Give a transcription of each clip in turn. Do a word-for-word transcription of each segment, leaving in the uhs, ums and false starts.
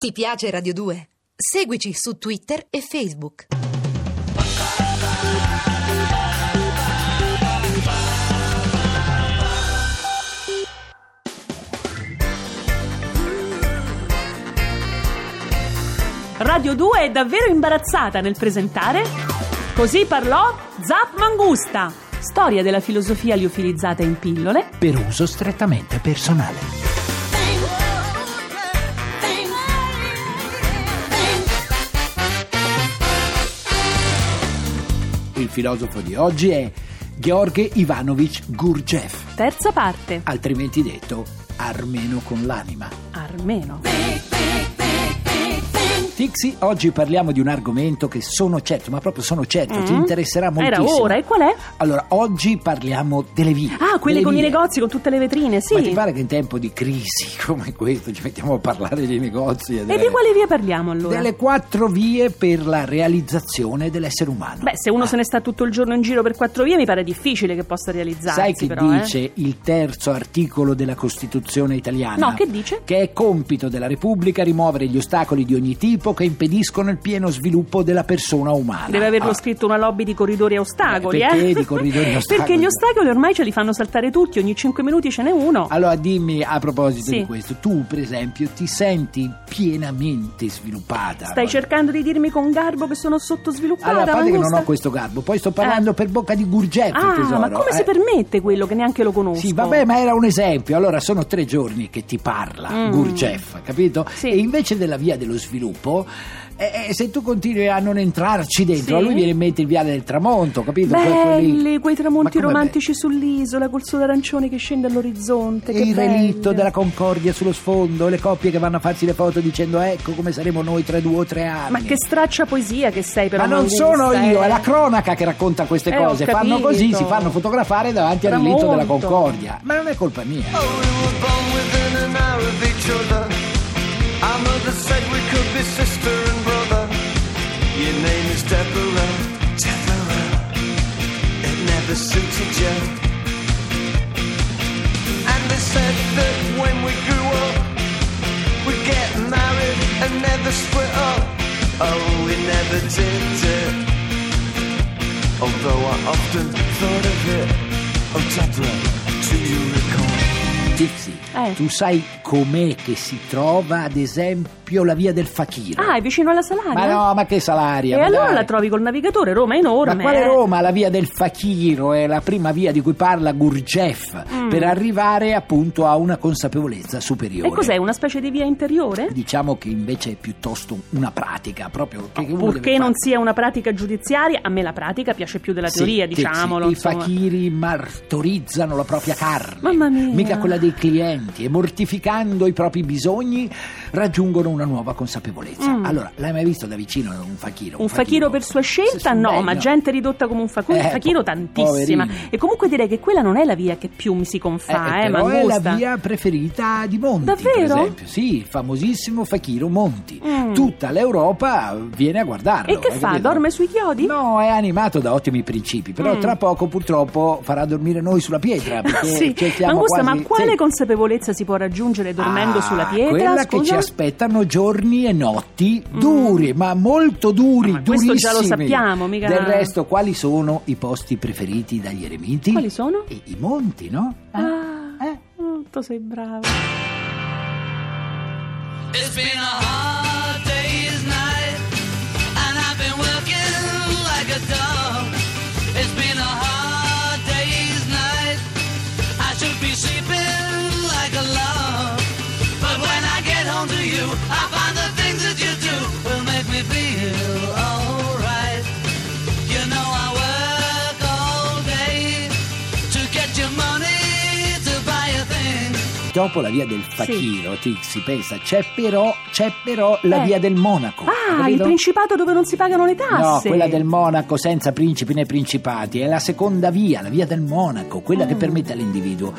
Ti piace Radio due? Seguici su Twitter e Facebook. Radio due è davvero imbarazzata nel presentare Così parlò Zap Mangusta, storia della filosofia liofilizzata in pillole per uso strettamente personale. Il filosofo di oggi è Georg Ivanovich Gurdjieff, terza parte, altrimenti detto armeno con l'anima. Armeno. Tixi, oggi parliamo di un argomento che sono certo, ma proprio sono certo, mm. ti interesserà moltissimo. Era ora, e qual è? Allora, oggi parliamo delle vie. Ah, quelle delle con vie. i negozi, con tutte le vetrine, sì. Ma ti pare che in tempo di crisi come questo ci mettiamo a parlare dei negozi? E, e delle... di quali vie parliamo allora? Delle quattro vie per la realizzazione dell'essere umano. Beh, se uno ah. se ne sta tutto il giorno in giro per quattro vie mi pare difficile che possa realizzarsi. Sai che però, dice eh? il terzo articolo della Costituzione italiana? No, che dice? Che è compito della Repubblica rimuovere gli ostacoli di ogni tipo che impediscono il pieno sviluppo della persona umana. Deve averlo ah. scritto una lobby di corridori a ostacoli, eh, perché eh? di corridori a ostacoli? Perché gli ostacoli ormai ce li fanno saltare tutti, ogni cinque minuti ce n'è uno. Allora dimmi, a proposito sì. di questo, tu per esempio ti senti pienamente sviluppata? Stai cercando di dirmi con garbo che sono sottosviluppata? Allora, a parte che non Mangusta? ho questo garbo, poi sto parlando eh. per bocca di Gurdjieff, Ah, tesoro. ma come eh. si permette quello che neanche lo conosco? Sì, vabbè, ma era un esempio. Allora, sono tre giorni che ti parla mm. Gurdjieff, capito? Sì. E invece della via dello sviluppo, eh, eh, se tu continui a non entrarci dentro, sì. a lui viene in mente il viale del tramonto, capito? Belli, Quelli... quei tramonti Ma come romantici sull'isola col sole arancione che scende all'orizzonte. E che il belli. relitto della concordia sullo sfondo, le coppie che vanno a farsi le foto dicendo ecco come saremo noi tra due o tre anni. Ma che straccia poesia che sei, però. Ma non Mangusta, sono io, eh. è la cronaca che racconta queste Eh, ho cose. Fanno capito. così, si fanno fotografare davanti al Tramonto. relitto della concordia. Ma non è colpa mia. Oh, we were born within an hour of each other. Our mother said we could be sister and brother. Your name is Deborah, Deborah. It never suited you. And they said that when we grew up, we'd get married and never split up. Oh, we never did it. Although I often thought of it. Oh, Deborah, do you recall? Tixi, Eh. tu sai com'è che si trova ad esempio la via del Fakiro? Ah, è vicino alla Salaria? Ma no, ma che Salaria? E ma allora dai. la trovi col navigatore, Roma è enorme. Ma quale eh. Roma? La via del Fakiro è la prima via di cui parla Gurdjieff Mm. per arrivare appunto a una consapevolezza superiore. E cos'è, una specie di via interiore? Diciamo che invece è piuttosto una pratica, proprio che uno Purché deve non fare. sia una pratica giudiziaria, a me la pratica piace più della teoria, Sì, diciamolo. sì, i insomma. fakiri martorizzano la propria carne, Mamma mia. mica quella dei clienti, e mortificando i propri bisogni raggiungono una nuova consapevolezza. Mm. Allora, l'hai mai visto da vicino un fakiro? Un fakiro per sua scelta? Sì, No, beh, ma no. gente ridotta come un facu- Eh, fakiro po- tantissima. poverini. E comunque direi che quella non è la via che più mi si confà, Eh, eh, però è Mangusta. la via preferita di Monti, Davvero? per esempio. Sì, il famosissimo fakiro Monti. Mm. Tutta l'Europa viene a guardarlo. E che hai fa? capito? Dorme sui chiodi? No, è animato da ottimi principi, però Mm. tra poco purtroppo farà dormire noi sulla pietra. Perché Sì, cerchiamo Mangusta, quasi... ma quale sì. consapevolezza si può raggiungere dormendo Ah, sulla pietra? quella che scusa? ci aspettano giorni e notti duri, ma molto duri, Ma questo già lo durissimi. sappiamo, mica- Del resto, quali sono i posti preferiti dagli eremiti? Quali sono? I, i monti, no? Eh? Ah, Eh? oh, tu sei bravo. It's been a hard day's night, and I've been working like a dog. It's been a hard day's night, I should be sleeping like a log. But when I get home to you, I find the things that you do will make me feel alright. You know I work all day to get your money to buy a thing. Dopo la via del fakiro, Tixi, pensa, c'è però, c'è però la Eh. via del Monaco. hai Ah, il capito? principato dove non si pagano le tasse. No, quella del Monaco senza principi né principati, è la seconda via, la via del Monaco, quella Mm. che permette all'individuo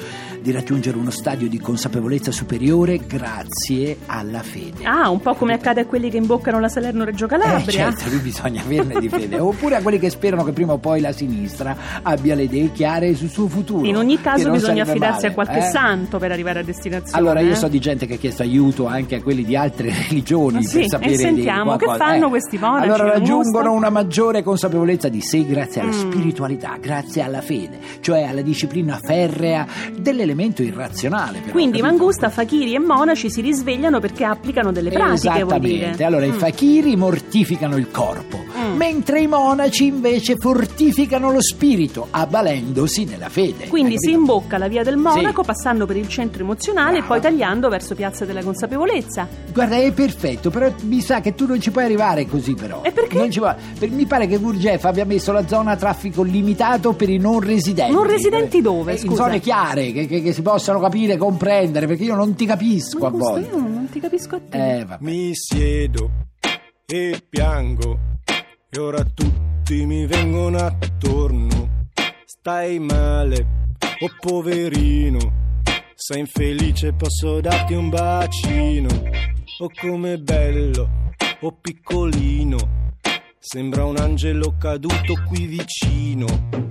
di raggiungere uno stadio di consapevolezza superiore grazie alla fede. Ah, un po' come accade a quelli che imboccano la Salerno-Reggio Calabria. Eh, certo, lui bisogna averne di fede. Oppure a quelli che sperano che prima o poi la sinistra abbia le idee chiare sul suo futuro. In ogni caso bisogna affidarsi male, a qualche eh? santo per arrivare a destinazione. Allora, io eh? so di gente che ha chiesto aiuto anche a quelli di altre religioni Ah, sì? per sapere E sentiamo, di che qualcosa. fanno Eh, questi monaci? Allora Non raggiungono mostra? una maggiore consapevolezza di sé grazie alla Mm. spiritualità, grazie alla fede, cioè alla disciplina ferrea dell'elemento irrazionale. Però, Quindi capito? Mangusta, fakiri e monaci si risvegliano perché applicano delle pratiche, vuol dire. Esattamente. Allora i fakiri mortificano il corpo, Mm. mentre i monaci invece fortificano lo spirito, avvalendosi della fede. Quindi Hai si capito? imbocca la via del monaco Sì. passando per il centro emozionale Brava. e poi tagliando verso Piazza della Consapevolezza. Guarda, è perfetto, però mi sa che tu non ci puoi arrivare così, però. E perché? Non ci puoi. Per- mi pare che Gurdjieff abbia messo la zona a traffico limitato per i non residenti. Non residenti dove, Eh, In scusa? zone chiare, che, che- che si possano capire, comprendere, perché io non ti capisco a Mangusta, volte. io non ti capisco a te. Eh, vabbè. Mi siedo e piango e ora tutti mi vengono attorno. Stai male, oh poverino, sei infelice, posso darti un bacino. Oh com'è bello, oh piccolino, sembra un angelo caduto qui vicino.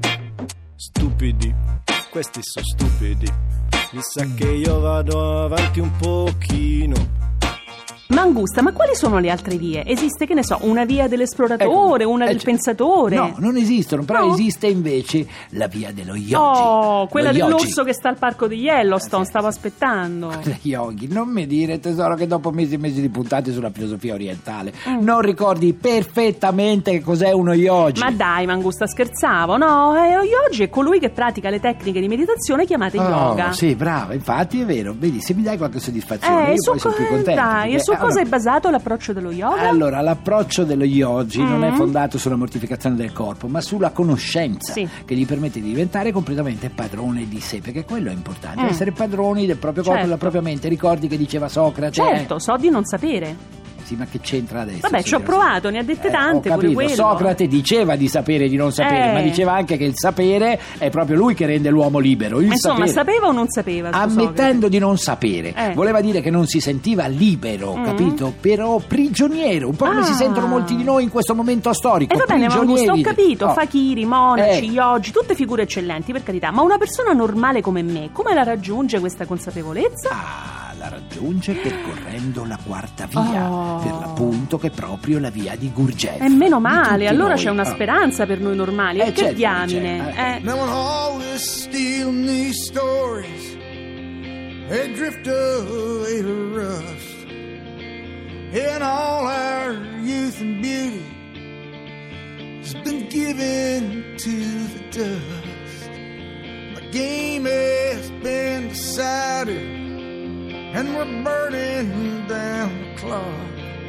Stupidi, questi sono stupidi, mi sa che io vado avanti un pochino. Mangusta, ma quali sono le altre vie? Esiste, che ne so, una via dell'esploratore, Ecco, una eh, del c- pensatore? No, non esistono, però No? esiste invece la via dello yogi. Oh, quella Lo yogi. dell'orso che sta al parco di Yellowstone, Eh, sì, stavo sì. aspettando. Cosa yogi? Non mi dire, tesoro, che dopo mesi e mesi di puntate sulla filosofia orientale Mm. non ricordi perfettamente che cos'è uno yogi. Ma dai, Mangusta, scherzavo, no? Eh, lo yogi è colui che pratica le tecniche di meditazione chiamate Oh, yoga. sì, brava, infatti è vero. Vedi, se mi dai qualche soddisfazione, Eh, io su poi sono più co- contento. dai, perché- e su eh, cosa allora- è basato l'approccio dello yoga? Allora, l'approccio dello yogi non è Mm. fondato sulla mortificazione del corpo, ma sulla conoscenza, Sì. che gli permette di diventare completamente padrone di sé, perché quello è importante, Mm. essere padroni del proprio corpo e Certo. della propria mente. Ricordi che diceva Socrate? Certo, so di non sapere. Sì, ma che c'entra adesso? Vabbè, Sì, ci ho sì. provato, ne ha dette Eh, tante, ho pure capito. quello. Socrate diceva di sapere e di non sapere, Eh. ma diceva anche che il sapere è proprio lui che rende l'uomo libero. Il Ma insomma, sapere. sapeva o non sapeva? sto Ammettendo di non sapere, Eh. voleva dire che non si sentiva libero, Mm. capito? Però prigioniero, un po' come Ah. si sentono molti di noi in questo momento storico. E va bene, Mangusta, ho prigionieri. capito, Oh. fakiri, monaci, Eh. yogi, tutte figure eccellenti, per carità, ma una persona normale come me, come la raggiunge questa consapevolezza? Ah, la raggiunge percorrendo la quarta via, Oh. per l'appunto che è proprio la via di Gurdjieff. E meno Di male, tutti allora noi. c'è una Oh. speranza per noi normali, Eh, e che certo, diamine, c'è, eh. Now when all this steel and these stories they drift away to rust, and all our youth and beauty has been given to the dust. The game has been decided, and we're burning down the clock.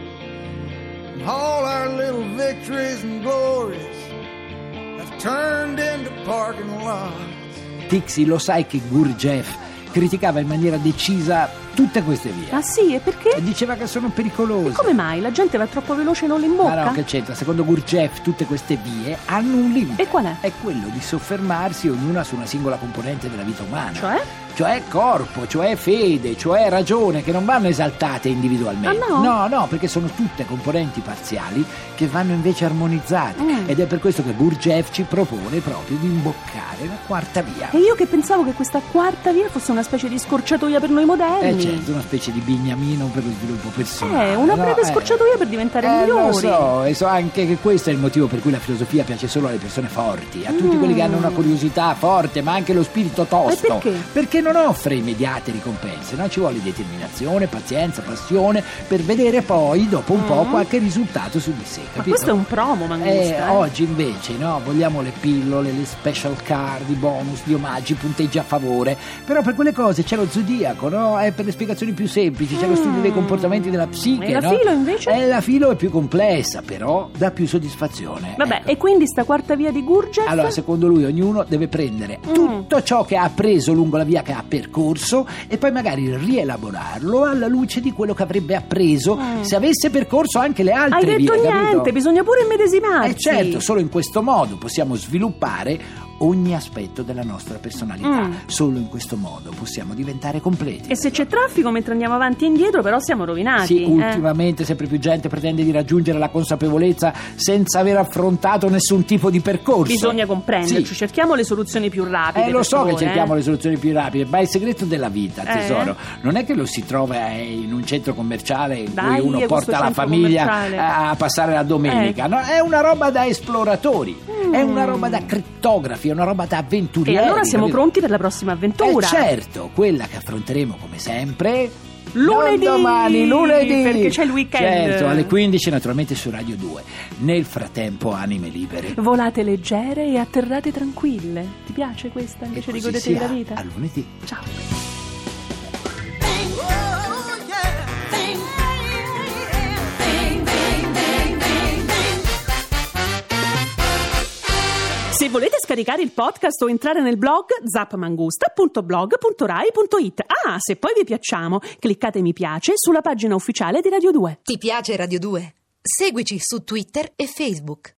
And all our little victories and glories have turned into parking lots. Tixi, lo sai che Gurdjieff criticava in maniera decisa tutte queste vie. Ah sì, e perché? E diceva che sono pericolose. Come mai? La gente va troppo veloce e non le imbocca? Ma no, che c'entra? Secondo Gurdjieff tutte queste vie hanno un limite. E qual è? È quello di soffermarsi ognuna su una singola componente della vita umana. Cioè? Cioè corpo, cioè fede, cioè ragione, che non vanno esaltate individualmente. Ah, no? No, no, perché sono tutte componenti parziali che vanno invece armonizzate. Mm. Ed è per questo che Gurdjieff ci propone proprio di imboccare la quarta via. E io che pensavo che questa quarta via fosse una specie di scorciatoia per noi moderni. Eh certo, una specie di bignamino per lo sviluppo personale. Eh, una no? breve Eh. scorciatoia per diventare Eh, migliori. lo so, e so anche che questo è il motivo per cui la filosofia piace solo alle persone forti, a tutti Mm. quelli che hanno una curiosità forte, ma anche lo spirito tosto. E perché? Perché non offre immediate ricompense, no? Ci vuole determinazione, pazienza, passione, per vedere poi, dopo un po', Mm. qualche risultato su di sé, Ma capito? questo è un promo, Mangusta. Eh, eh. oggi invece no, vogliamo le pillole, le special card, i bonus, gli omaggi, i punteggi a favore. Però per quelle cose c'è lo zodiaco, no? È per le spiegazioni più semplici, c'è lo studio dei comportamenti della psiche. E la no? filo, invece? Eh, la filo è più complessa, però dà più soddisfazione. Vabbè, ecco. e quindi sta quarta via di Gurdjieff? Allora, secondo lui, ognuno deve prendere Mm. tutto ciò che ha appreso lungo la via che ha percorso e poi magari rielaborarlo alla luce di quello che avrebbe appreso Mm. se avesse percorso anche le altre Hai vie. detto capito? niente, bisogna pure immedesimarsi. Eh certo, solo in questo modo possiamo sviluppare ogni aspetto della nostra personalità. Mm. Solo in questo modo possiamo diventare completi. E se c'è traffico mentre andiamo avanti e indietro, però siamo rovinati. Sì, eh. ultimamente sempre più gente pretende di raggiungere la consapevolezza senza aver affrontato nessun tipo di percorso. Bisogna comprenderci, Sì. cerchiamo le soluzioni più rapide. Eh, lo per so favore, che cerchiamo eh. le soluzioni più rapide, ma il segreto della vita, Eh? tesoro, non è che lo si trova eh, in un centro commerciale in Dai, cui uno è questo porta la centro famiglia commerciale. a passare la domenica. Eh. No, è una roba da esploratori, Mm. è una roba da criptografi, è una roba da E avventurieri. allora siamo capito? pronti per la prossima avventura. Eh, certo, quella che affronteremo come sempre Lunedì! non domani, lunedì, Perché c'è il weekend. Certo, alle quindici naturalmente su Radio due. Nel frattempo anime libere. Volate leggere e atterrate tranquille. Ti piace questa invece E di così godetevi sia. la vita? A lunedì. Ciao. Se volete scaricare il podcast o entrare nel blog zapmangusta punto blog punto rai punto it. Ah, se poi vi piacciamo, cliccate mi piace sulla pagina ufficiale di Radio due. Ti piace Radio due? Seguici su Twitter e Facebook.